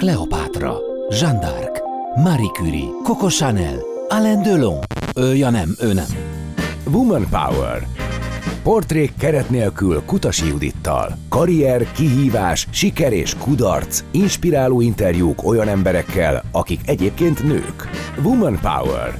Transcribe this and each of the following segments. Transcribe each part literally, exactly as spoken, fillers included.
Kleopátra, Jeanne d'Arc, Marie Curie, Coco Chanel, Alain Delon. Ő, ja nem, ő nem. Woman Power. Portrék keret nélkül Kutasi Judittal. Karrier, kihívás, siker és kudarc. Inspiráló interjúk olyan emberekkel, akik egyébként nők. Woman Power.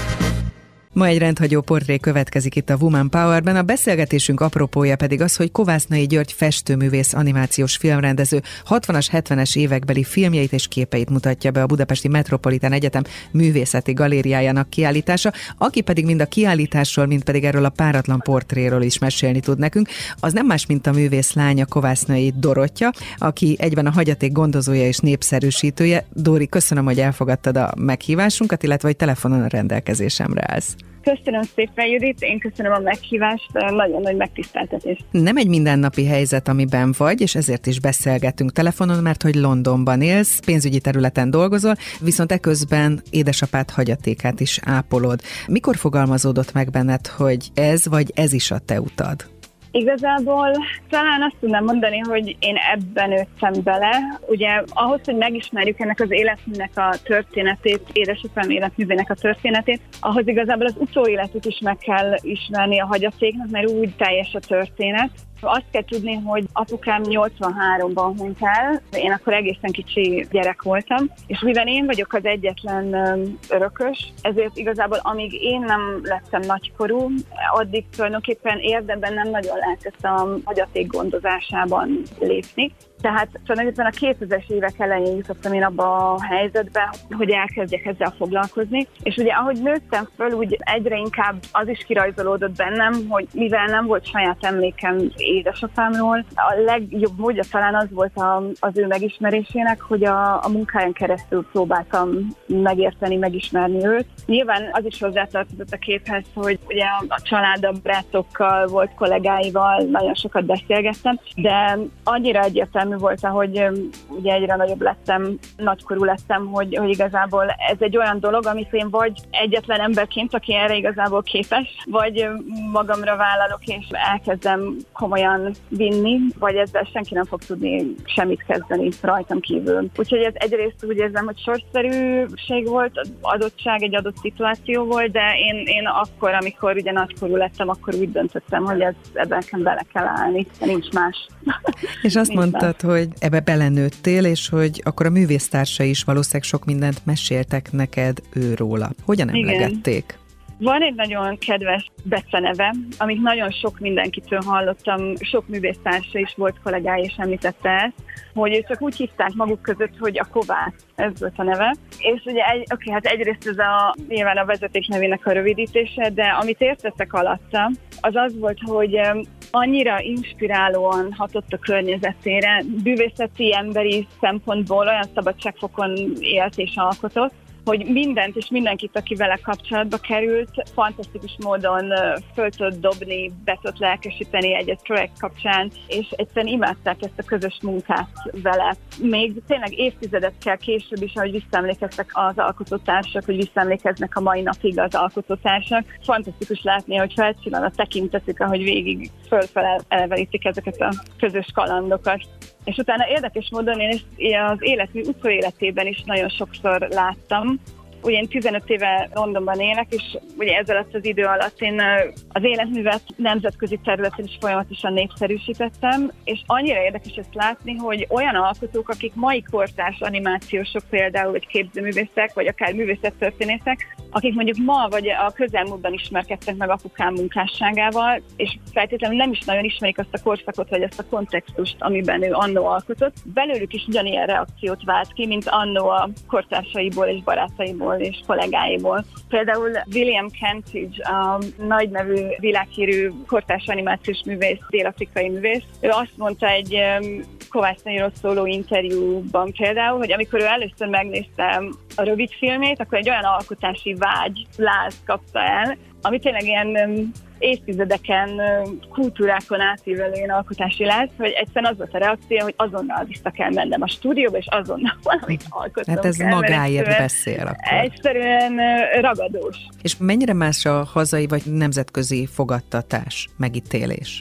Ma egy rendhagyó portré következik itt a Woman Powerben, a beszélgetésünk apropója pedig az, hogy Kovásznai György festőművész, animációs filmrendező hatvanas, hetvenes évekbeli filmjeit és képeit mutatja be a Budapesti Metropolitán Egyetem művészeti galériájának kiállítása, aki pedig mind a kiállításról, mind pedig erről a páratlan portréről is mesélni tud nekünk. Az nem más, mint a művész lánya, Kovásznai Dorottya, aki egyben a hagyaték gondozója és népszerűsítője. Dóri, köszönöm, hogy elfogadtad a meghívásunkat, illetve hogy telefonon a rendelkezésemre állsz. Köszönöm szépen, Judit, én köszönöm a meghívást, nagyon nagy megtiszteltetés. Nem egy mindennapi helyzet, amiben vagy, és ezért is beszélgetünk telefonon, mert hogy Londonban élsz, pénzügyi területen dolgozol, viszont eközben édesapád hagyatékát is ápolod. Mikor fogalmazódott meg benned, hogy ez vagy ez is a te utad? Igazából talán azt tudnám mondani, hogy én ebben nőttem bele. Ugye ahhoz, hogy megismerjük ennek az életműnek a történetét, édesapám életművének a történetét, ahhoz igazából az utóéletét is meg kell ismerni a hagyatéknak, mert úgy teljes a történet. Azt kell tudni, hogy apukám nyolcvanháromban hunyt el, én akkor egészen kicsi gyerek voltam, és mivel én vagyok az egyetlen örökös, ezért igazából amíg én nem lettem nagykorú, addig tulajdonképpen érdemben nem nagyon lehetett a hagyaték gondozásában lépni. Tehát tulajdonképpen a kétezres évek elején jutottam én abba a helyzetbe, hogy elkezdjek ezzel foglalkozni. És ugye ahogy nőttem föl, úgy egyre inkább az is kirajzolódott bennem, hogy mivel nem volt saját emlékem édesapámról, a legjobb módja talán az volt a, az ő megismerésének, hogy a, a munkáján keresztül próbáltam megérteni, megismerni őt. Nyilván az is hozzátartozott a képhez, hogy ugye a család, a barátokkal, volt kollégáival nagyon sokat beszélgettem, de annyira egyértelmű volt, ahogy ugye egyre nagyobb lettem, nagykorú lettem, hogy, hogy igazából ez egy olyan dolog, amit én vagy egyetlen emberként, aki erre igazából képes, vagy magamra vállalok és elkezdem komolyan vinni, vagy ezzel senki nem fog tudni semmit kezdeni rajtam kívül. Úgyhogy ez egyrészt úgy érzem, hogy sorszerűség volt, adottság, egy adott szituáció volt, de én, én akkor, amikor ugye nagykorú lettem, akkor úgy döntöttem, hogy ez, ebben bele kell állni, de nincs más. És azt mondtad, hogy ebbe belenőttél, és hogy akkor a művésztársai is valószínűleg sok mindent meséltek neked őróla. Hogyan emlegették? Van egy nagyon kedves beceneve, amit nagyon sok mindenkitől hallottam, sok művésztársa is volt, kollégája is említette ezt, hogy ők csak úgy hívták maguk között, hogy a Kovász, ez volt a neve. És ugye egy, oké, hát egyrészt ez a, nyilván a vezeték nevének a rövidítése, de amit értettek alatta, az az volt, hogy annyira inspirálóan hatott a környezetére, művészeti, emberi szempontból olyan szabadságfokon élt és alkotott, hogy mindent és mindenkit, aki vele kapcsolatba került, fantasztikus módon föl tudott dobni, be tudott lelkesíteni egy-egy projekt kapcsán, és egyszerűen imádták ezt a közös munkát vele. Még tényleg évtizedekkel később is, ahogy visszaemlékeztek az alkotótársak, hogy visszaemlékeznek a mai napig az alkotótársak. Fantasztikus látni, hogy felcsillan a tekintetük, ahogy végig fölfele elevenítik ezeket a közös kalandokat. És utána érdekes módon én az életmű utóéletében is nagyon sokszor láttam. Ugye én tizenöt éve Londonban élek, és ugye ez alatt az idő alatt én az életművet nemzetközi területen is folyamatosan népszerűsítettem, és annyira érdekes ezt látni, hogy olyan alkotók, akik mai kortárs animációsok például, vagy képzőművészek, vagy akár művészettörténészek, akik mondjuk ma vagy a közelmúltban ismerkedtek meg apukám munkásságával, és feltétlenül nem is nagyon ismerik azt a korszakot, vagy azt a kontextust, amiben ő annó alkotott. Belőlük is ugyanilyen reakciót vált ki, mint annó a kortársaiból és barátaiból és kollégáiból. Például William Kentridge, a nagy nevű világhírű kortárs animációs művész, dél-afrikai művész. Ő azt mondta egy Kovásznairól szóló interjúban például, hogy amikor ő először megnézte a rövid filmét, akkor egy olyan alkotási vágy, láz kapta el, ami tényleg ilyen évtizedeken, kultúrákon átívelő alkotási láz, hogy egyszerűen az volt a reakció, hogy azonnal vissza kell mennem a stúdióba, és azonnal valamit alkotnom Hát ez kell, magáért egyszerűen, beszél akkor. Egyszerűen ragadós. És mennyire más a hazai vagy nemzetközi fogadtatás, megítélés?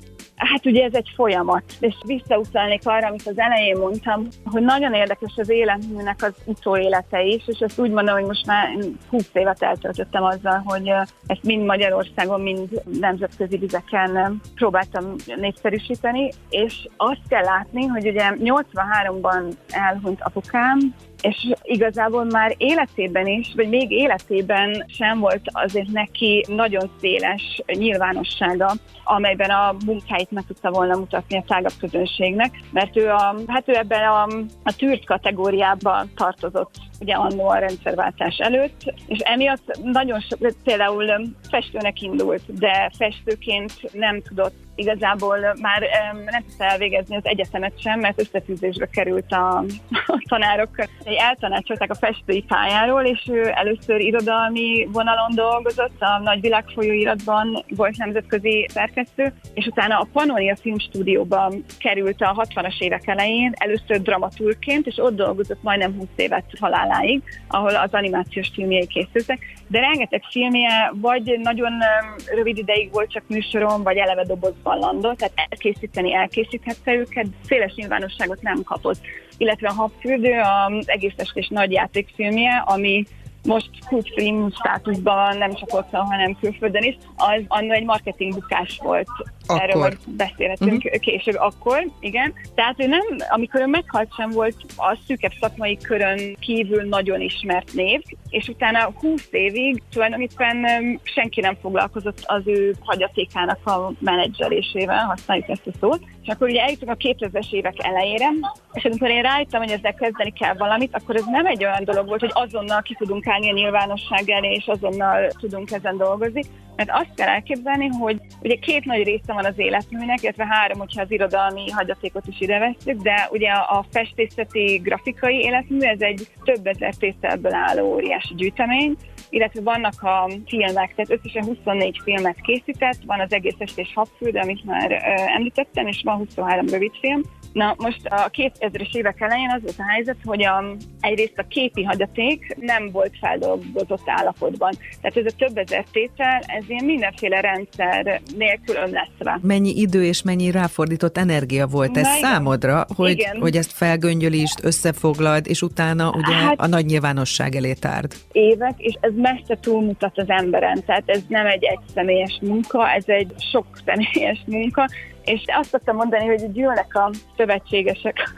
Hát ugye ez egy folyamat, és visszautalnék arra, amit az elején mondtam, hogy nagyon érdekes az életműnek az utóélete is, és ezt úgy mondom, hogy most már húsz évet eltöltöttem azzal, hogy ezt mind Magyarországon, mind nemzetközi vizeken próbáltam népszerűsíteni, és azt kell látni, hogy ugye nyolcvanháromban elhunyt apukám, és igazából már életében is, vagy még életében sem volt azért neki nagyon széles nyilvánossága, amelyben a munkáit meg tudta volna mutatni a tágabb közönségnek, mert ő, a, hát ő ebben a, a tűrt kategóriában tartozott ugye annó a rendszerváltás előtt, és emiatt nagyon sok, például festőnek indult, de festőként nem tudott igazából már nem tudta elvégezni az egyetemet sem, mert összefűzésbe került a, a tanárok. Eltanácsolták a festői pályáról, és ő először irodalmi vonalon dolgozott, a Nagy Világfolyóiratban volt nemzetközi szerkesztő, és utána a Pannonia Filmstúdióban került a hatvanas évek elején, először dramaturgként, és ott dolgozott majdnem húsz évet haláláig, ahol az animációs filmjei készültek, de rengeteg filmje vagy nagyon rövid ideig volt csak műsoron, vagy eleve dobozban landolt, tehát elkészíteni elkészíthette őket, széles nyilvánosságot nem kapott. Illetve a Habfürdő az egész estés nagy játékfilmje, ami most kultfilm státuszban nem csak otthon, hanem külföldön is, az annól egy marketing bukás volt. Akkor. Erről majd beszélhetünk uh-huh. később akkor, igen. Tehát ő nem, amikor ő meghalt sem volt a szűkebb szakmai körön kívül nagyon ismert név, és utána húsz évig tulajdonképpen senki nem foglalkozott az ő hagyatékának a menedzselésével, használjuk ezt a szót. És akkor ugye eljutunk a kétezres évek elejére, és amikor én rájöttem, hogy ezzel kezdeni kell valamit, akkor ez nem egy olyan dolog volt, hogy azonnal ki tudunk állni a nyilvánosság elé, és azonnal tudunk ezen dolgozni, mert azt kell elképzelni, hogy ugye két nagy része van az életműnek, illetve három, hogyha az irodalmi hagyatékot is ide vesszük, de ugye a festészeti grafikai életmű, ez egy több ezer tételből álló óriási gyűjtemény, illetve vannak a filmek, tehát összesen huszonnégy filmet készített, van az egész estés Habfürdő, amit már ö, említettem, és van huszonhárom rövidfilm. Na most a kétezres évek elején az volt a helyzet, hogy a, egyrészt a képi hagyaték nem volt feldolgozott állapotban. Tehát ez a több ezer tétel, ez ilyen mindenféle rendszer nélkül önleszve. Mennyi idő és mennyi ráfordított energia volt ez Na, számodra, hogy, hogy ezt felgöngyölítsd, összefoglald, és utána ugye hát, a nagy nyilvánosság elé tárd? Évek, és ez messze túlmutat az emberen, tehát ez nem egy egyszemélyes munka, ez egy sok személyes munka, és azt szoktam mondani, hogy gyűlnek a szövetségesek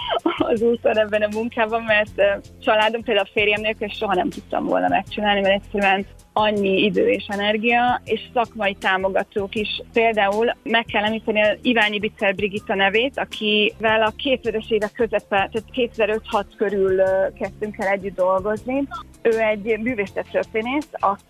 az úton ebben a munkában, mert családom, például a férjem nélkül soha nem tudtam volna megcsinálni, mert egyszerűen annyi idő és energia, és szakmai támogatók is. Például meg kell említeni a Iványi Bitter Brigitta nevét, akivel a kétezres évek közepe, tehát kétezer-öt-hat körül kezdtünk el együtt dolgozni. Ő egy művészettörténész,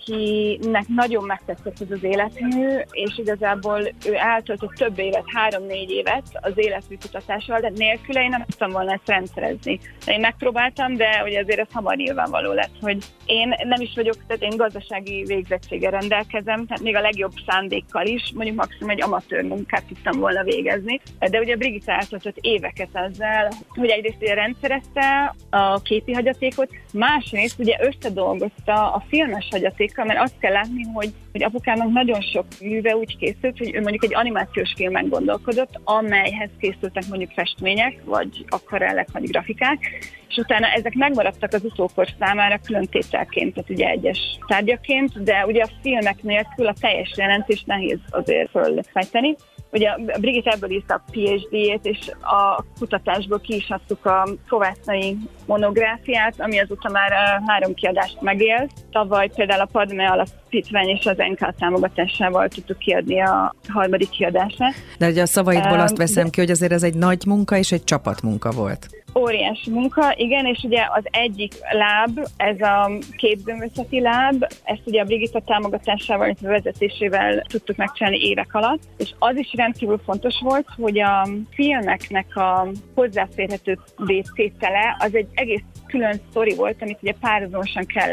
akinek nagyon megtetszett ez az életmű, és igazából ő eltöltött több évet, három-négy évet az életmű kutatással, de nélküle én nem tudtam volna ezt rendszerezni. De én megpróbáltam, de ugye azért ez hamar nyilvánvaló lett, hogy én nem is vagyok, tehát én gazdasági végzettséggel rendelkezem, tehát még a legjobb szándékkal is, mondjuk maximum egy amatőr munkát tudtam volna végezni. De ugye Brigitta eltöltött éveket ezzel, hogy egyrészt ugye rendszerezte a képi hagyatékot, másrészt ugye összedolgozta a filmes hagyatékkal, mert azt kell látni, hogy, hogy apukának nagyon sok műve úgy készült, hogy ő mondjuk egy animációs filmen gondolkodott, amelyhez készültek mondjuk festmények, vagy akvarellek, vagy grafikák, és utána ezek megmaradtak az utókor számára külön tételként, tehát ugye egyes tárgyaként, de ugye a filmek nélkül a teljes jelentést nehéz azért fölfejteni. Ugye a Brigitta ebből írta a pé há dé-jét, és a kutatásból ki is adtuk a kovásznai monográfiát, ami azóta már három kiadást megélt. Tavaly például a Padme Alapítvány és az en ká támogatásával tudtuk kiadni a harmadik kiadását. De ugye a szavaidból um, azt veszem de... ki, hogy azért ez egy nagy munka és egy csapatmunka volt. Óriási munka, igen, és ugye az egyik láb, ez a képzőművészeti láb, ezt ugye a Brigitta támogatásával, illetve vezetésével tudtuk megcsinálni évek alatt, és az is rendkívül fontos volt, hogy a filmeknek a hozzáférhető tétele az egy egész külön sztori volt, amit ugye párhuzamosan kellett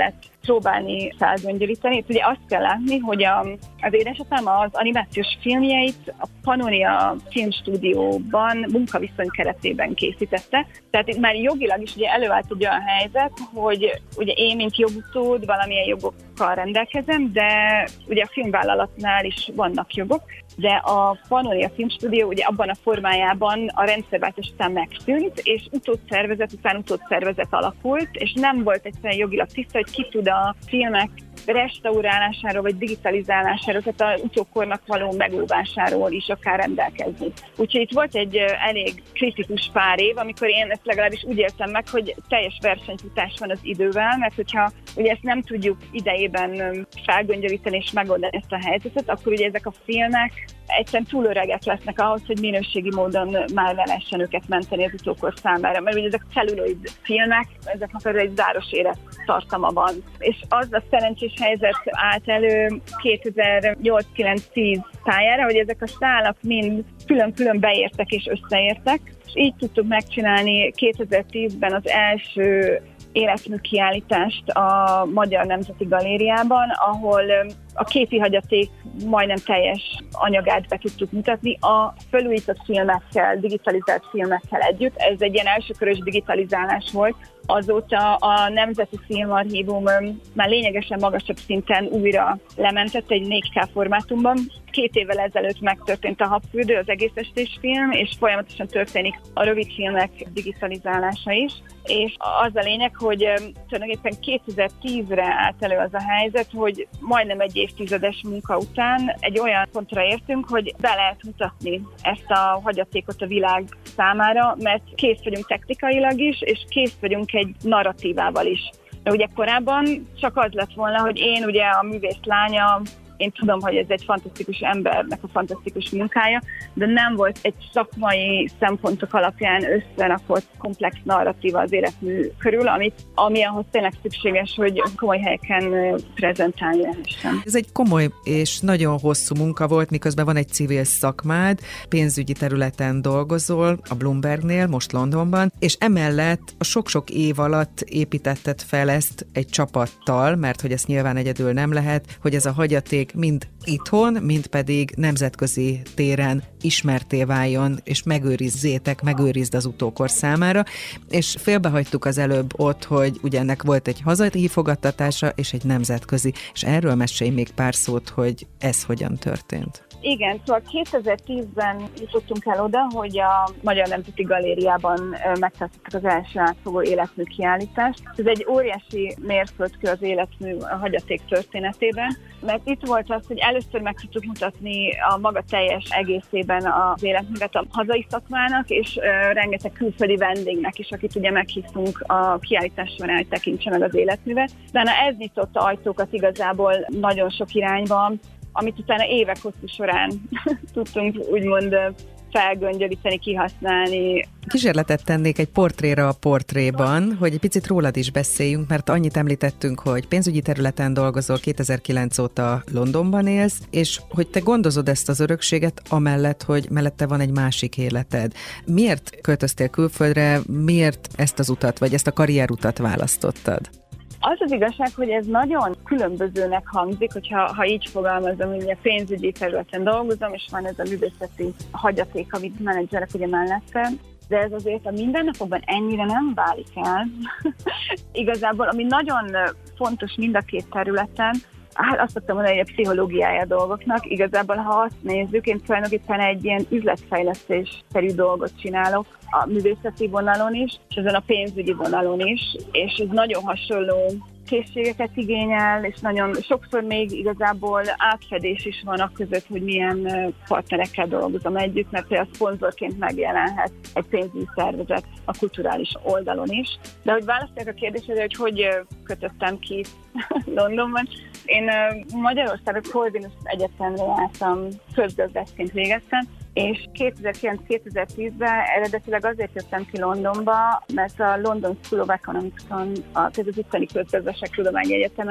próbálni felgöngyölíteni. Ugye azt kell látni, hogy a, az édesapám az animációs filmjeit a Pannonia Filmstúdióban munkaviszony keretében készítette. Tehát itt már jogilag is ugye előállt egy olyan helyzet, hogy ugye én, mint jogutód, valamilyen jogokkal rendelkezem, de ugye a filmvállalatnál is vannak jogok, de a Pannonia Filmstúdió ugye abban a formájában a rendszerváltás után megszűnt, és utódszervezet után utódszervezet alakult, és nem volt egyszerűen jogilag tiszta, hogy ki tud a filmek restaurálásáról vagy digitalizálásáról, tehát az utókornak való megóvásáról is akár rendelkezni. Úgyhogy itt volt egy elég kritikus pár év, amikor én ezt legalábbis úgy éltem meg, hogy teljes versenyfutás van az idővel, mert hogyha ugye ezt nem tudjuk idejében felgöngyölíteni és megoldani ezt a helyzetet, akkor ugye ezek a filmek egyszerűen túl öregek lesznek ahhoz, hogy minőségi módon már le lehessen őket menteni az utókor számára. Mert ugye ezek celluloid filmek, ezeknek egy záros élettartama van. És az a szerencsés helyzet állt elő kétezer-nyolc kilenc tíz tájára, hogy ezek a szálak mind külön-külön beértek és összeértek, és így tudtuk megcsinálni kétezer-tízben az első életmű kiállítást a Magyar Nemzeti Galériában, ahol a képi hagyaték majdnem teljes anyagát be tudtuk mutatni a felújított filmekkel, digitalizált filmekkel együtt. Ez egy ilyen elsőkörös digitalizálás volt. Azóta a Nemzeti Filmarchívum már lényegesen magasabb szinten újra lementett egy négy ká formátumban. Két évvel ezelőtt megtörtént a Habfürdő, az egész estés film, és folyamatosan történik a rövidfilmek digitalizálása is. És az a lényeg, hogy tulajdonképpen kétezer-tízre állt elő az a helyzet, hogy majdnem egy évtizedes munka után egy olyan pontra értünk, hogy be lehet mutatni ezt a hagyatékot a világ számára, mert kész vagyunk technikailag is, és kész vagyunk egy narratívával is. De ugye korábban csak az lett volna, hogy én ugye a művész lánya, én tudom, hogy ez egy fantasztikus embernek a fantasztikus munkája, de nem volt egy szakmai szempontok alapján összerakott komplex narratíva az életmű körül, amit, ami ahhoz tényleg szükséges, hogy komoly helyeken prezentálni lehessen. Ez egy komoly és nagyon hosszú munka volt, miközben van egy civil szakmád, pénzügyi területen dolgozol a Bloombergnél, most Londonban, és emellett a sok-sok év alatt építetted fel ezt egy csapattal, mert hogy ezt nyilván egyedül nem lehet, hogy ez a hagyaték mind itthon, mind pedig nemzetközi téren ismerté váljon, és megőrizzétek, megőrizd az utókor számára, és félbehagytuk az előbb ott, hogy ugye ennek volt egy hazai fogadtatása, és egy nemzetközi, és erről mesélj még pár szót, hogy ez hogyan történt. Igen, szóval kétezer-tízben jutottunk el oda, hogy a Magyar Nemzeti Galériában megtartottuk az első átfogó életmű kiállítást. Ez egy óriási mérföldkő az életmű a hagyaték történetében, mert itt volt az, hogy először meg tudtuk mutatni a maga teljes egészében az életművet a hazai szakmának, és uh, rengeteg külföldi vendégnek is, akit ugye meghívtunk a kiállítás során, hogy tekintse meg az életművet. De ez nyitotta ajtókat igazából nagyon sok irányban, amit utána évek hosszú során tudtunk úgymond felgöngyölíteni, kihasználni. Kísérletet tennék egy portréra a portréban, hogy egy picit rólad is beszéljünk, mert annyit említettünk, hogy pénzügyi területen dolgozol, kétezer-kilenc óta Londonban élsz, és hogy te gondozod ezt az örökséget, amellett, hogy mellette van egy másik életed. Miért költöztél külföldre, miért ezt az utat, vagy ezt a karrierutat választottad? Az az igazság, hogy ez nagyon különbözőnek hangzik, hogyha ha így fogalmazom, hogy a pénzügyi területen dolgozom, és van ez a művészeti hagyaték, amit menedzserek ugye mellette, de ez azért a mindennapokban ennyire nem válik el. Igazából, ami nagyon fontos mind a két területen, hát azt szoktam mondani, hogy a pszichológiája a dolgoknak. Igazából, ha azt nézzük, én tulajdonképpen egy ilyen üzletfejlesztésszerű dolgot csinálok a művészeti vonalon is, és ezen a pénzügyi vonalon is, és ez nagyon hasonló készségeket igényel, és nagyon sokszor még igazából átfedés is van a között, hogy milyen partnerekkel dolgozom együtt, mert például szponzorként megjelenhet egy pénzügyi szervezet a kulturális oldalon is. De hogy válaszolják a kérdésre, hogy hogy kötöttem ki Londonban. Én Magyarországon Corvinus Egyetemre jártam, közgazdászként végeztem, és kétezer-kilenc kétezer-tízben eredetileg azért jöttem ki Londonba, mert a London School of Economics-on, az itteni közgazdaságtudományi egyetemen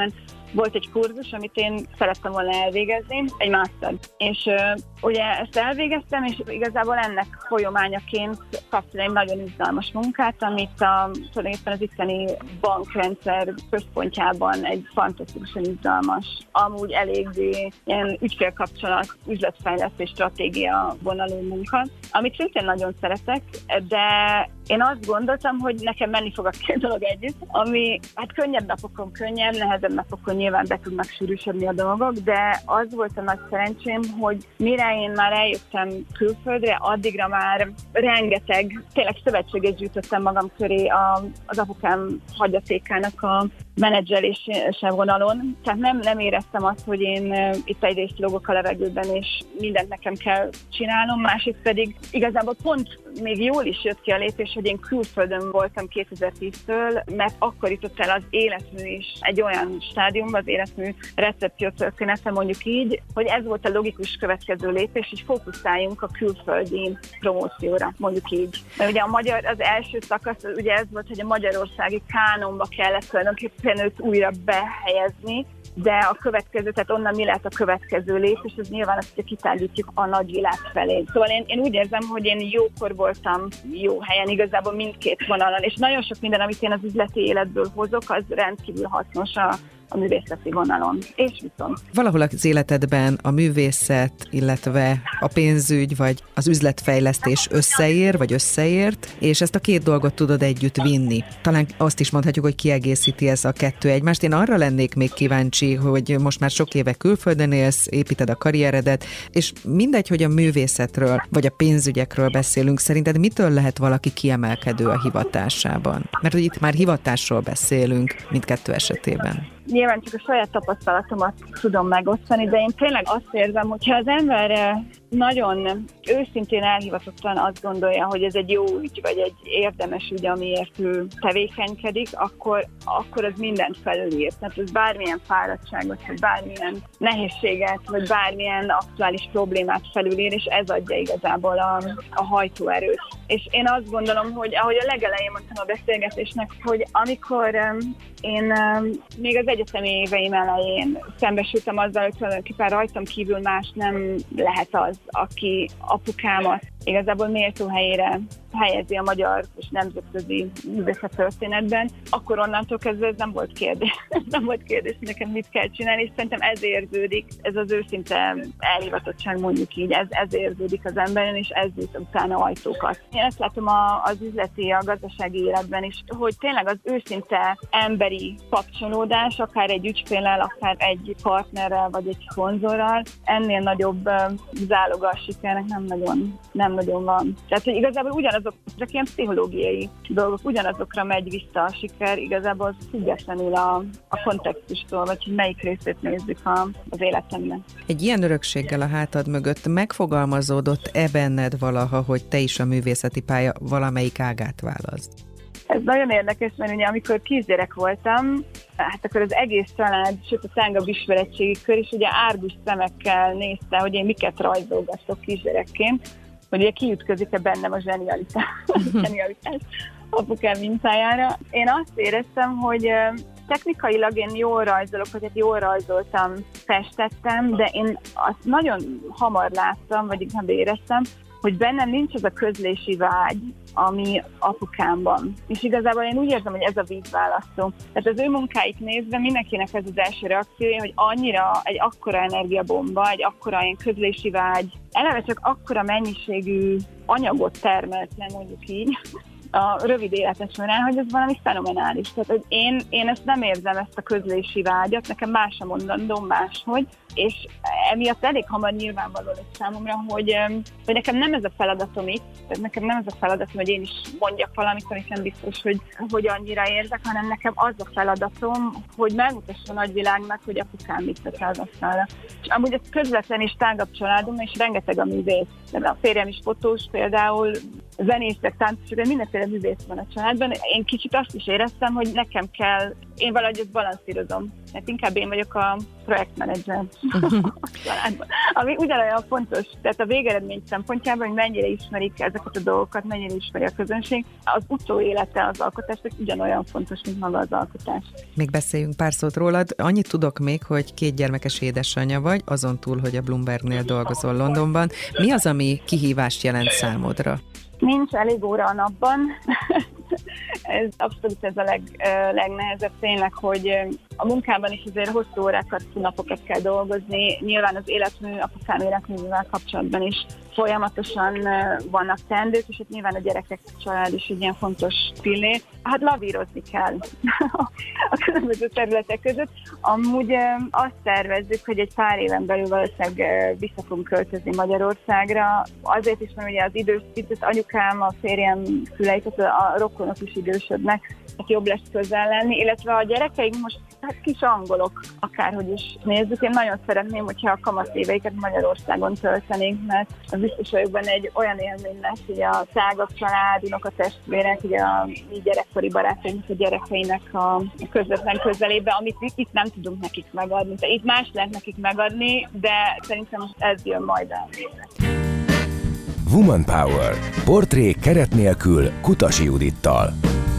volt egy kurzus, amit én szerettem volna elvégezni, egy master. És uh, ugye ezt elvégeztem, és igazából ennek folyamányaként kaptam egy nagyon izgalmas munkát, amit a, tulajdonképpen az itteni bankrendszer központjában egy fantasztikusan izgalmas, amúgy eléggé ilyen ügyfélkapcsolat, üzletfejlesztés stratégia vonalú munka, amit szintén nagyon szeretek, de én azt gondoltam, hogy nekem menni fog a két dolog együtt, ami hát könnyebb napokon könnyebb, nehezebb napokon nyilván be tudnak sűrűsödni a dolgok, de az volt a nagy szerencsém, hogy mire én már eljöttem külföldre, addigra már rengeteg, tényleg szövetséget gyűjtöttem magam köré a, az apukám hagyatékának a menedzselése vonalon. Tehát nem, nem éreztem azt, hogy én itt egyrészt lógok a levegőben, és mindent nekem kell csinálnom, másrészt pedig igazából pont még jól is jött ki a lépés, hogy én külföldön voltam kétezer-tíztől, mert akkor jutott el az életmű is egy olyan stádiumban, az életmű recepciótörténete, mondjuk így, hogy ez volt a logikus következő lépés, hogy fókuszáljunk a külföldi promócióra, mondjuk így. Mert ugye a magyar, az első szakasz, ugye ez volt, hogy a magyarországi kánonba kellett tulajdonképpen őt újra behelyezni, de a következő, tehát onnan mi lehet a következő lépés, az nyilván azt, hogy kitárgyítjuk a nagyvilág felé. Szóval én, én úgy érzem, hogy én jókor voltam jó helyen, igazából mindkét vonalon, és nagyon sok minden, amit én az üzleti életből hozok, az rendkívül hasznos a a művészeti vonalon. És viszont. Valahol az életedben a művészet, illetve a pénzügy, vagy az üzletfejlesztés összeér, vagy összeért, és ezt a két dolgot tudod együtt vinni. Talán azt is mondhatjuk, hogy kiegészíti ez a kettő egymást. Én arra lennék még kíváncsi, hogy most már sok éve külföldön élsz, építed a karrieredet, és mindegy, hogy a művészetről, vagy a pénzügyekről beszélünk, szerinted mitől lehet valaki kiemelkedő a hivatásában? Mert hogy itt már hivatásról beszélünk mindkettő esetében. Nyilván csak a saját tapasztalatomat tudom megosztani, de én tényleg azt érzem, hogyha az ember nagyon őszintén elhivatottan azt gondolja, hogy ez egy jó ügy, vagy egy érdemes ügy, amiért ő tevékenykedik, akkor, akkor az mindent felülír. Tehát ez bármilyen fáradtságot, vagy bármilyen nehézséget, vagy bármilyen aktuális problémát felülír, és ez adja igazából a, a hajtóerőt. És én azt gondolom, hogy ahogy a legelején mondtam a beszélgetésnek, hogy amikor um, én um, még az egyetemi éveim elején szembesültem azzal, hogy tulajdonképpen rajtam kívül más nem lehet az, aki apukámat igazából méltó helyére helyezi a magyar és nemzetközi művészet történetben, akkor onnantól kezdve ez nem volt kérdés. nem volt kérdés, hogy nekem mit kell csinálni, és szerintem ez érződik, ez az őszinte elhivatottság, mondjuk így, ez, ez érződik az emberen, és ez nyit utána ajtókat. Én ezt látom a, az üzleti, a gazdasági életben is, hogy tényleg az őszinte emberi kapcsolódás, akár egy ügyféllel, akár egy partnerrel, vagy egy szponzorral, ennél nagyobb uh, záloga a sikernek nem nagyon, nem nagyon van. Tehát, hogy igazából ugyanazok, csak ilyen pszichológiai dolgok, ugyanazokra megy vissza a siker, igazából függetlenül a, a kontextustól, vagy hogy melyik részét nézzük a, az életemnek. Egy ilyen örökséggel a hátad mögött megfogalmazódott-e benned valaha, hogy te is a művészeti pálya valamelyik ágát válaszd? Ez nagyon érdekes, mert ugye amikor kisgyerek voltam, hát akkor az egész család, sőt a tágabb ismeretségi kör is ugye árgus szemekkel nézte, hogy én miket rajzolgatok kisgyerekként, hogy ugye kiütközik-e bennem a zsenialitás, a zsenialitás apukám mintájára. Én azt éreztem, hogy technikailag én jól rajzolok, vagy hát jól rajzoltam, festettem, de én azt nagyon hamar láttam, vagy inkább éreztem, hogy bennem nincs az a közlési vágy, ami apukámban. És igazából én úgy érzem, hogy ez a vízválasztó. Tehát az ő munkáit nézve mindenkinek ez az első reakciója, hogy annyira egy akkora energiabomba, egy akkora ilyen közlési vágy, eleve csak akkora mennyiségű anyagot termelt le, mondjuk így, a rövid élete során, hogy ez valami fenomenális. Tehát, hogy én, én ezt nem érzem, ezt a közlési vágyat, nekem más a mondandóm, máshogy, és emiatt elég hamar nyilvánvaló lesz számomra, hogy, hogy nekem nem ez a feladatom itt, tehát nekem nem ez a feladatom, hogy én is mondjak valamit, és nem biztos, hogy, hogy annyira érzek, hanem nekem az a feladatom, hogy megmutassam a nagyvilágnak, hogy apukám mit tett el az asztalra. És amúgy ez közvetlen és tágabb családom, és rengeteg a művész. A férjem is fotós például, zenészek, táncosok, de mindenféle művész van a családban. Én kicsit azt is éreztem, hogy nekem kell, én valahogy ezt balanszírozom, mert inkább én vagyok a projektmenedzser a családban, ami ugyanolyan fontos, tehát a végeredmény szempontjában, hogy mennyire ismerik ezeket a dolgokat, mennyire ismeri a közönség, az utóélete az alkotásnak ugyanolyan fontos, mint maga az alkotás. Még beszéljünk pár szót rólad. Annyit tudok még, hogy két gyermekes édesanyja vagy, azon túl, hogy a Bloombergnél dolgozol Londonban. Mi az, ami kihívást jelent számodra? Nincs elég óra a napban. Ez abszolút ez a leg, legnehezebb tényleg, hogy a munkában is azért hosszú órákat, napokat kell dolgozni. Nyilván az életmű, apukám életművel kapcsolatban is folyamatosan vannak teendők, és itt nyilván a gyerekek család is egy ilyen fontos pillér. Hát lavírozni kell a különböző területek között. Amúgy azt tervezzük, hogy egy pár éven belül valószínűleg vissza fogunk költözni Magyarországra. Azért is, mert ugye az idős, az anyukám, a férjem szülei, a rokonok is idősödnek, hát jobb lesz közel lenni, illetve a gyerekeink most hát kis angolok, akárhogy is nézzük. Én nagyon szeretném, hogyha a kamatéveiket Magyarországon töltenénk, mert az biztos vagyok benne egy olyan élmény lesz, hogy a tágabb család, unokatestvérek, ugye a mi gyerekkori barátainknak, a gyerekeinek a közvetlen közelébe, amit itt nem tudunk nekik megadni. Tehát itt más lehet nekik megadni, de szerintem ez jön majd el. Woman Power. Portrék keret nélkül Kutasi Judittal.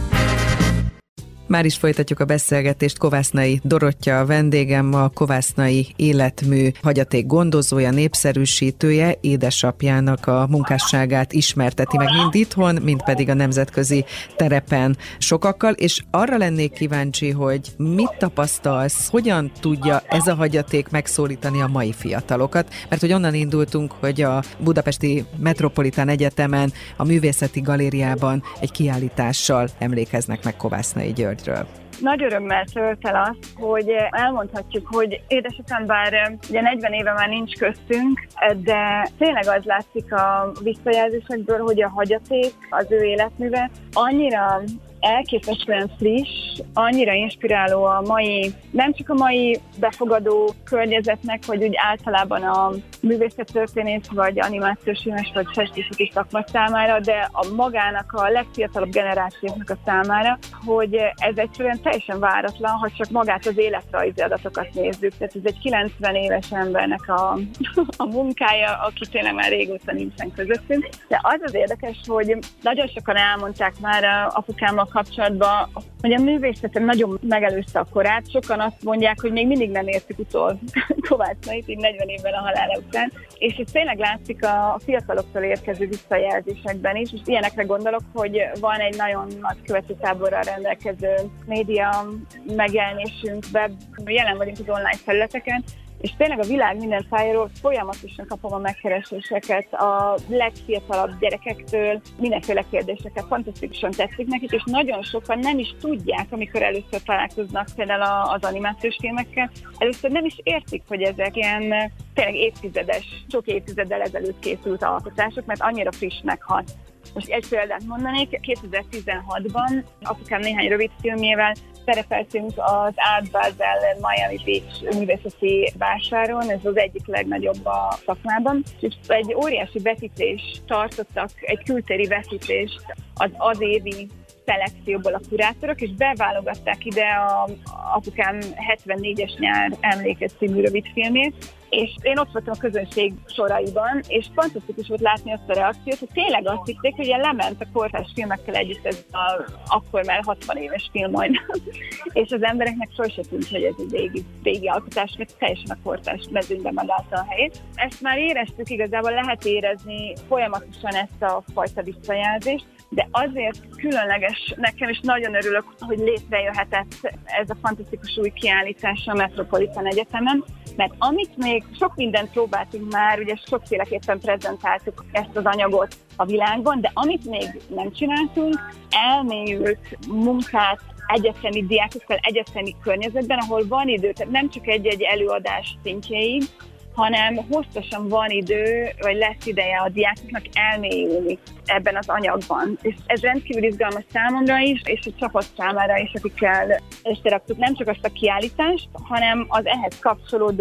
Már is folytatjuk a beszélgetést. Kovásznai Dorottya a vendégem, a Kovásznai Életmű hagyaték gondozója, népszerűsítője, édesapjának a munkásságát ismerteti meg mind itthon, mind pedig a nemzetközi terepen sokakkal, és arra lennék kíváncsi, hogy mit tapasztalsz, hogyan tudja ez a hagyaték megszólítani a mai fiatalokat, mert hogy onnan indultunk, hogy a Budapesti Metropolitán Egyetemen, a Művészeti Galériában egy kiállítással emlékeznek meg Kovásznai György. Nagy örömmel tölt el azt, hogy elmondhatjuk, hogy édesapám bár ugye negyven éve már nincs köztünk, de tényleg az látszik a visszajelzésekből, hogy a hagyaték, az ő életműve annyira elképesztően friss, annyira inspiráló a mai, nem csak a mai befogadó környezetnek, hogy úgy általában a művészettörténész, vagy animációs filmes, vagy festészeti szakma számára, de a magának a legfiatalabb generációknak a számára, hogy ez egyszerűen teljesen váratlan, ha csak magát az életrajzi adatokat nézzük. Tehát ez egy kilencven éves embernek a, a munkája, aki tényleg már régóta nincsen közöttünk. De az az érdekes, hogy nagyon sokan elmondták már apukámmal kapcsolatban, hogy a művészeten nagyon megelőzte a korát. Sokan azt mondják, hogy még mindig nem értük utol Kovásznait, így negyven évvel a halála után. És ez tényleg látszik a fiataloktól érkező visszajelzésekben is, és ilyenekre gondolok, hogy van egy nagyon nagy követőtáborral rendelkező média megjelenésünk, web, jelen vagyunk az online felületeken, és tényleg a világ minden tájáról folyamatosan kapom a megkereséseket a legfiatalabb gyerekektől, mindenféle kérdéseket fantasztikusan tetszik nekik, és nagyon sokan nem is tudják, amikor először találkoznak például az animációs filmekkel, először nem is értik, hogy ezek ilyen tényleg évtizedes, sok évtizeddel ezelőtt készült alkotások, mert annyira frissnek hat. Most egy példát mondanék, kétezer-tizenhatban apukám néhány rövid filmjével szerepeltünk az Art Basel Miami Beach művészeti vásáron, ez az egyik legnagyobb a szakmában. És egy óriási vetítést tartottak, egy kültéri vetítést az az évi szelekcióból a kurátorok, és beválogatták ide a apukám hetvennégyes nyár emlékes című rövidfilmét, és én ott voltam a közönség soraiban, és fantasztikus volt látni azt a reakciót, hogy tényleg azt hitték, hogy ilyen lement a kortárs filmekkel együtt ez a, akkor már hatvan éves film majdnem. És az embereknek soha se tűnt, hogy ez egy régi, régi alkotás, mert teljesen a kortárs mezőnyben megállta a helyét. Ezt már éreztük, igazából lehet érezni folyamatosan ezt a fajta visszajelzést, de azért különleges nekem, és nagyon örülök, hogy létrejöhetett ez a fantasztikus új kiállítás a Metropolitan Egyetemen, mert amit még sok mindent próbáltunk már, ugye sokféleképpen prezentáltuk ezt az anyagot a világban, de amit még nem csináltunk, elmélyült munkát egyetemi diákokkal, egyetemi környezetben, ahol van idő, tehát nem csak egy-egy előadás szintjéig, hanem hosszasan van idő, vagy lesz ideje a diákoknak elmélyülni ebben az anyagban. És ez rendkívül izgalmas számomra is, és a csapat számára is, akikkel összeraktuk nem csak azt a kiállítást, hanem az ehhez kapcsolódó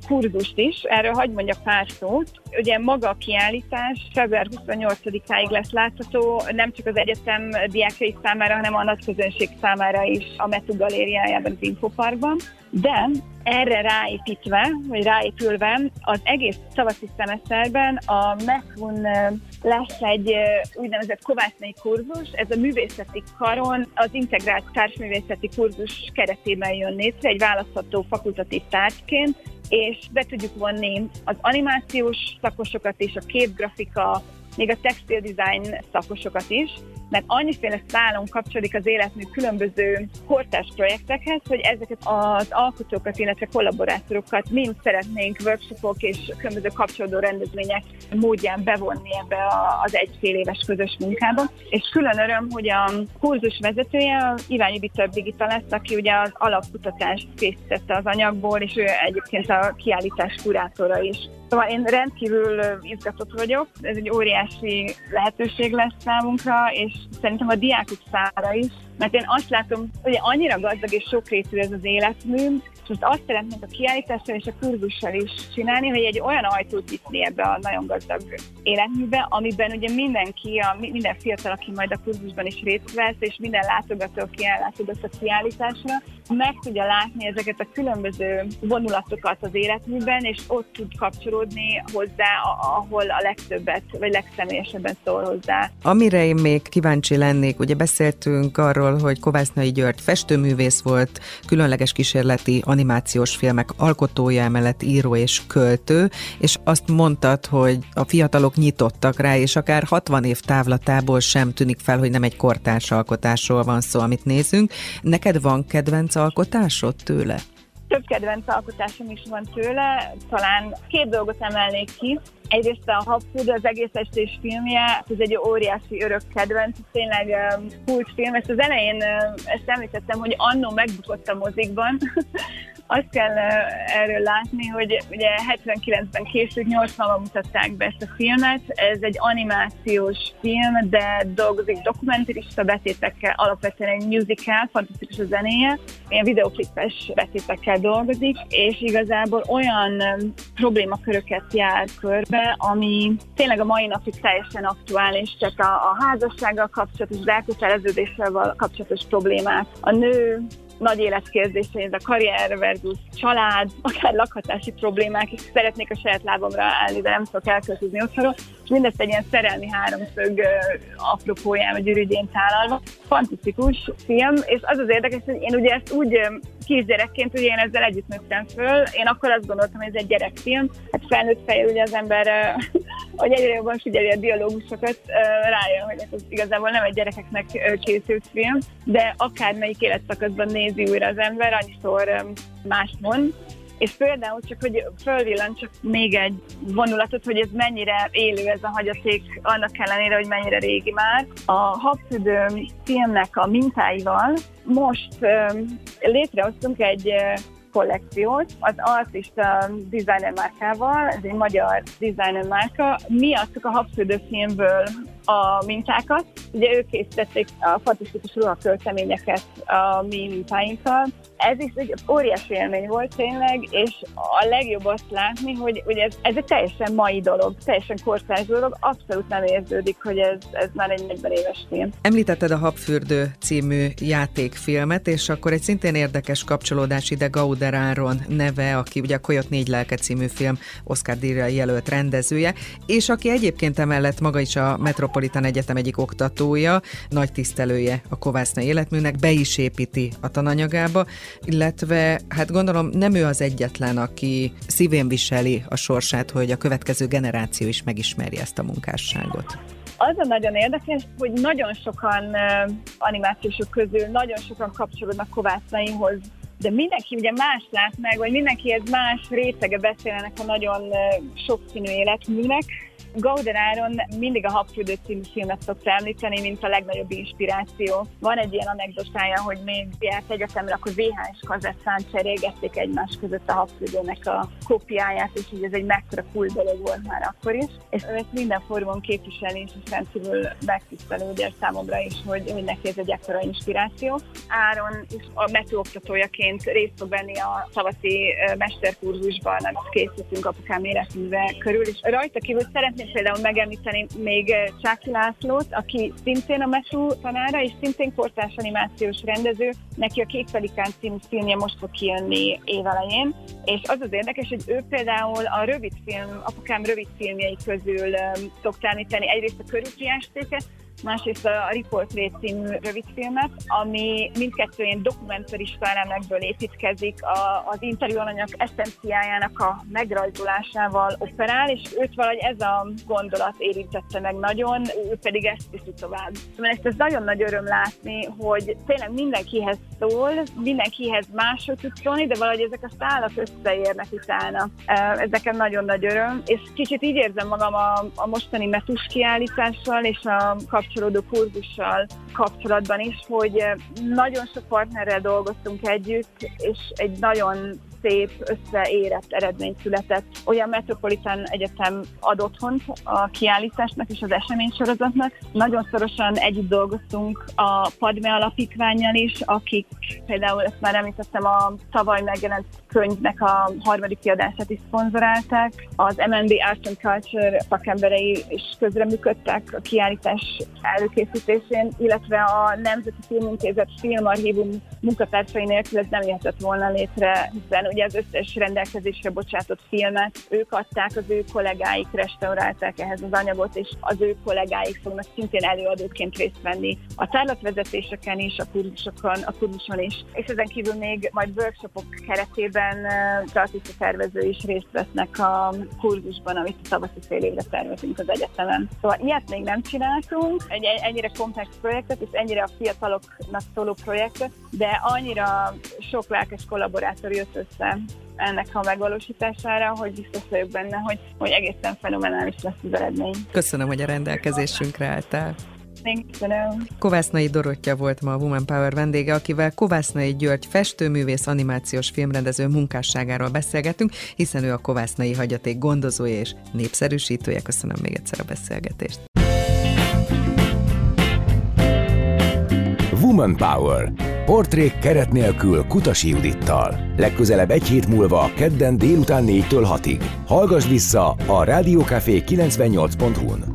kurzust is, erről hadd mondjak pár szót. Ugye maga a kiállítás február huszonnyolcadikáig lesz látható, nem csak az egyetem diákjai számára, hanem a nagyközönség számára is a Metu galériájában, az Infoparkban. De erre ráépítve, vagy ráépülve az egész tavaszi szemeszterben a Metun lesz egy úgynevezett kovásznai kurzus, ez a művészeti karon az integrált társművészeti kurzus keretében jön létre, egy választható fakultatív tárgyként, és be tudjuk vonni az animációs szakosokat is, a képgrafika, még a textil design szakosokat is, mert annyiféle szálon kapcsolódik az életmű különböző kortárs projektekhez, hogy ezeket az alkotókat, illetve kollaborátorokat mind szeretnénk workshopok és különböző kapcsolódó rendezvények módján bevonni ebbe az egyfél éves közös munkába. És külön öröm, hogy a kurzus vezetője, Iványi Bita Brigitta lesz, aki ugye az alapkutatást készítette az anyagból, és ő egyébként a kiállítás kurátora is. Szóval én rendkívül izgatott vagyok, ez egy óriási lehetőség lesz számunkra, és szerintem a diákok számára is, mert én azt látom, hogy annyira gazdag és sokrétű ez az életmű, és most azt szeretnénk a kiállítással és a kurzussal is csinálni, hogy egy olyan ajtót nyitni ebbe a nagyon gazdag életműbe, amiben ugye mindenki, a, minden fiatal, aki majd a kurzusban is részt vesz, és minden látogató, aki ellátogat a kiállításra, meg tudja látni ezeket a különböző vonulatokat az életműben, és ott tud kapcsolódni hozzá, ahol a legtöbbet, vagy legszemélyesebben szól hozzá. Amire én még kíváncsi lennék, ugye beszéltünk arról, hogy Kovásznai György festőművész volt, különleges kísérleti animációs filmek alkotója, emellett író és költő, és azt mondtad, hogy a fiatalok nyitottak rá, és akár hatvan év távlatából sem tűnik fel, hogy nem egy kortárs alkotásról van szó, amit nézünk. Neked van kedvenc alkotásod tőle? Több kedvenc alkotásom is van tőle, talán két dolgot emelnék ki. Egyrészt a Habfürdő, az egész estés filmje, ez egy óriási örök kedvenc, tényleg um, kultfilm, és az elején uh, ezt említettem, hogy annó megbukott a mozikban. Azt kell uh, erről látni, hogy ugye hetvenkilencben készült, nyolcvanban mutatták be ezt a filmet. Ez egy animációs film, de dolgozik dokumentarista betétekkel, alapvetően egy musical, fantasztikus a zenéje, ilyen videoklipes betétekkel dolgozik, és igazából olyan um, problémaköröket jár körbe, ami tényleg a mai napig teljesen aktuális, csak a, a házassággal kapcsolatos, az elköteleződéssel kapcsolatos problémák, a nő nagy életkérdései, ez a karrier versus család, akár lakhatási problémák, és szeretnék a saját lábamra állni, de nem tudok elköltözni otthonról, és mindezt egy ilyen szerelmi háromszög uh, apropóján, vagy ürügyén tálalva. Fantasztikus film, és az az érdekes, hogy én ugye ezt úgy um, kisgyerekként, hogy én ezzel együtt nőttem föl, én akkor azt gondoltam, hogy ez egy gyerekfilm, hát felnőtt fejjel ugye az ember, uh, hogy egyre jobban figyeli a dialógusokat, uh, rájön, hogy ez igazából nem egy gyerekeknek uh, készült film, de akármelyik életszakaszban nézi újra az ember, annyiszor um, mást mond. És például csak, hogy fölvillan csak még egy vonulatot, hogy ez mennyire élő ez a hagyaték, annak ellenére, hogy mennyire régi már. A Habfürdő filmnek a mintáival most um, létrehoztunk egy uh, kollekciót, az Artista Designer márkával, ez egy magyar designer márka. Mi adtuk a Habfürdő filmből a mintákat. Ugye ők készítették a fantasztikus ruhakölteményeket a mi mintáinkkal. Ez is egy óriási élmény volt tényleg, és a legjobb azt látni, hogy, hogy ez, ez egy teljesen mai dolog, teljesen kortárs dolog, abszolút nem érződik, hogy ez, ez már egy negyven éves film. Említetted a Habfürdő című játékfilmet, és akkor egy szintén érdekes kapcsolódás ide Gauder Áron neve, aki ugye a Kolyot négy lelke című film Oscar-díjra jelölt rendezője, és aki egyébként emellett maga is a Metropolitan Egyetem egyik oktatója, nagy tisztelője a Kovásznai életműnek, be is építi a tananyagába, illetve hát gondolom nem ő az egyetlen, aki szívén viseli a sorsát, hogy a következő generáció is megismerje ezt a munkásságot. Az a nagyon érdekes, hogy nagyon sokan uh, animációsok közül, nagyon sokan kapcsolódnak Kovásznaihoz, de mindenki ugye más lát meg, vagy mindenki ez más rétege beszél ennek a nagyon uh, sokszínű életműnek, Gauder Áron mindig a Habfürdő című filmet szokta említeni, mint a legnagyobb inspiráció. Van egy ilyen anekdotája, hogy még járt egyetemre, akkor vé há es kazettán cserélgették egymás között a Habfürdőnek a kópiáját, és így ez egy mekkora cool dolog volt már akkor is. És ő ezt minden fórumon képviseli, és rendkívül megtisztelő számomra is, hogy, hogy neki ez egy ekkora inspiráció. Áron is a metróoktatójaként részt fog venni a tavaszi mesterkurzusban, amit készítünk apukám életműve körül, és rajta kívül szeretném például megemlíteni még Csáki Lászlót, aki szintén a metró tanára, és szintén kortárs animációs rendező. Neki a Kék Pelikán című filmje most fog kijönni évelején, és az az érdekes, hogy ő például a rövidfilm, apukám rövidfilmjei közül um, szokta említeni egyrészt a Körútjátéket, másrészt a Riportré című rövidfilmet, ami mindkettő ilyen dokumentarista elemekből építkezik, a, az interjú alanyok eszenciájának a megrajzolásával operál, és őt valahogy ez a gondolat érintette meg nagyon, ő pedig ezt viszi tovább. Mert ezt ez nagyon nagy öröm látni, hogy tényleg mindenkihez szól, mindenkihez máshogy tud szólni, de valahogy ezek a szálak összeérnek utána. Ez nekem nagyon nagy öröm, és kicsit így érzem magam a, a mostani metus kiállítással és a kapcsolódó kurzussal kapcsolatban is, hogy nagyon sok partnerrel dolgoztunk együtt, és egy nagyon szép, összeérett eredmény született. Olyan Metropolitan Egyetem ad otthont a kiállításnak és az eseménysorozatnak. Nagyon szorosan együtt dolgoztunk a Padme Alapítvánnyal is, akik például, ezt már említettem, a tavaly megjelent könyvnek a harmadik kiadását is szponzorálták. Az em en bé Art and Culture szakemberei is közreműködtek a kiállítás előkészítésén, illetve a Nemzeti Filmintézet filmarchívum munkatársai nélkül ez nem jöhetett volna létre, hiszen ugye az összes rendelkezésre bocsátott filmet ők adták, az ő kollégáik restaurálták ehhez az anyagot, és az ő kollégáik fognak szintén előadóként részt venni a tárlatvezetéseken is, a kurzusokon, a kurzuson is. És ezen kívül még majd workshopok keretében artista tervező is részt vesznek a kurzusban, amit a tavaszi fél évre tervezünk az egyetemen. Szóval ilyet még nem csináltunk, egy ennyire komplex projektet, és ennyire a fiataloknak szóló projektet, de annyira sok lelkes kollaborátor jött össze ennek a megvalósítására, hogy biztos vagyok benne, hogy, hogy egészen fenomenális lesz az eredmény. Köszönöm, hogy a rendelkezésünkre álltál. Köszönöm. Kovásznai Dorottya volt ma a Woman Power vendége, akivel Kovásznai György festőművész, animációs filmrendező munkásságáról beszélgetünk, hiszen ő a Kovásznai Hagyaték gondozója és népszerűsítője. Köszönöm még egyszer a beszélgetést. Woman Power. Portrék keret nélkül Kutasi Judittal. Legközelebb egy hét múlva, kedden délután négytől hatig. Hallgass vissza a Rádió Café kilencvennyolc pont hu-n.